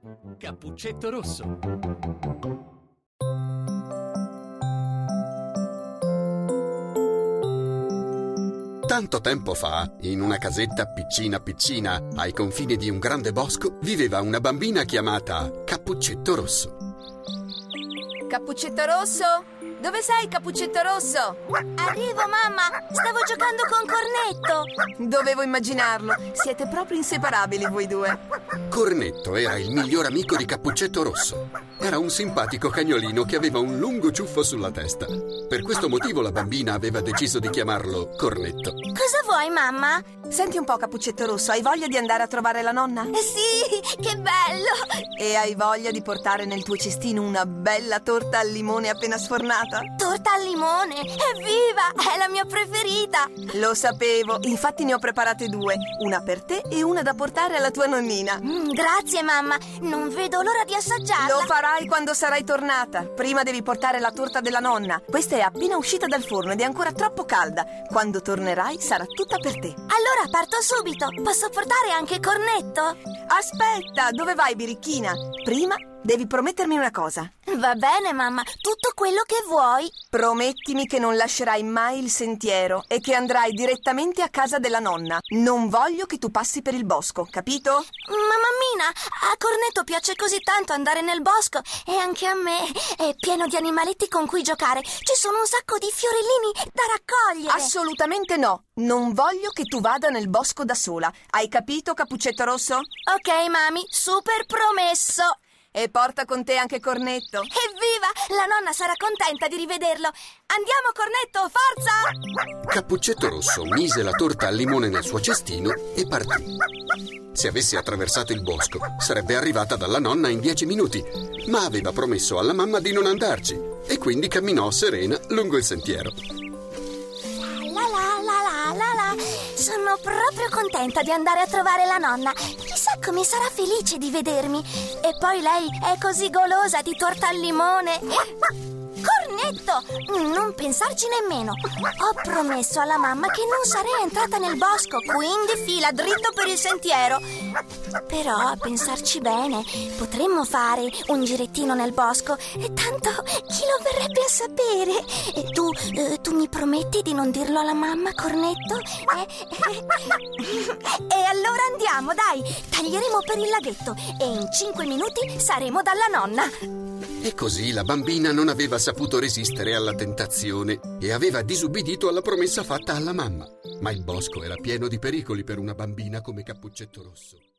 Cappuccetto Rosso. Tanto tempo fa, in una casetta piccina, ai confini di un grande bosco, viveva una bambina chiamata Cappuccetto Rosso. Cappuccetto Rosso? Dove sei, Cappuccetto Rosso? Arrivo, mamma! Stavo giocando con Cornetto! Dovevo immaginarlo. Siete proprio inseparabili voi due. Cornetto era il miglior amico di Cappuccetto Rosso. Era un simpatico cagnolino che aveva un lungo ciuffo sulla testa. Per questo motivo la bambina aveva deciso di chiamarlo Cornetto. Cosa vuoi, mamma? Senti un po', Cappuccetto Rosso, hai voglia di andare a trovare la nonna? Sì, che bello! E hai voglia di portare nel tuo cestino una bella torta al limone appena sfornata? Torta al limone! Evviva! È la mia preferita! Lo sapevo, infatti ne ho preparate due. Una per te e una da portare alla tua nonnina. Grazie, mamma! Non vedo l'ora di assaggiarla! Lo farai quando sarai tornata. Prima devi portare la torta della nonna. Questa è appena uscita dal forno ed è ancora troppo calda. Quando tornerai sarà tutta per te. Allora parto subito! Posso portare anche Cornetto? Aspetta, dove vai, birichina? Prima devi promettermi una cosa. Va bene, mamma, tutto quello che vuoi. Promettimi che non lascerai mai il sentiero e che andrai direttamente a casa della nonna. Non voglio che tu passi per il bosco, capito? Ma mammina, a Cornetto piace così tanto andare nel bosco e anche a me. È pieno di animaletti con cui giocare. Ci sono un sacco di fiorellini da raccogliere. Assolutamente no. Non voglio che tu vada nel bosco da sola. Hai capito, Cappuccetto Rosso? Ok, mami, super promesso. E porta con te anche Cornetto. Evviva! La nonna sarà contenta di rivederlo. Andiamo, Cornetto, forza! Cappuccetto Rosso mise la torta al limone nel suo cestino e partì. Se avesse attraversato il bosco, sarebbe arrivata dalla nonna in 10 minuti, ma aveva promesso alla mamma di non andarci e quindi camminò serena lungo il sentiero. Sono proprio contenta di andare a trovare la nonna. Chissà come sarà felice di vedermi. E poi lei è così golosa di torta al limone. Cornetto! Non pensarci nemmeno. Ho promesso alla mamma che non sarei entrata nel bosco, quindi fila dritto per il sentiero. Però a pensarci bene, potremmo fare un girettino nel bosco e tanto chi lo verrebbe a sapere? E tu mi prometti di non dirlo alla mamma, Cornetto? E allora andiamo, dai! Taglieremo per il laghetto e in 5 minuti saremo dalla nonna. E così la bambina non aveva saputo resistere alla tentazione e aveva disubbidito alla promessa fatta alla mamma. Ma il bosco era pieno di pericoli per una bambina come Cappuccetto Rosso.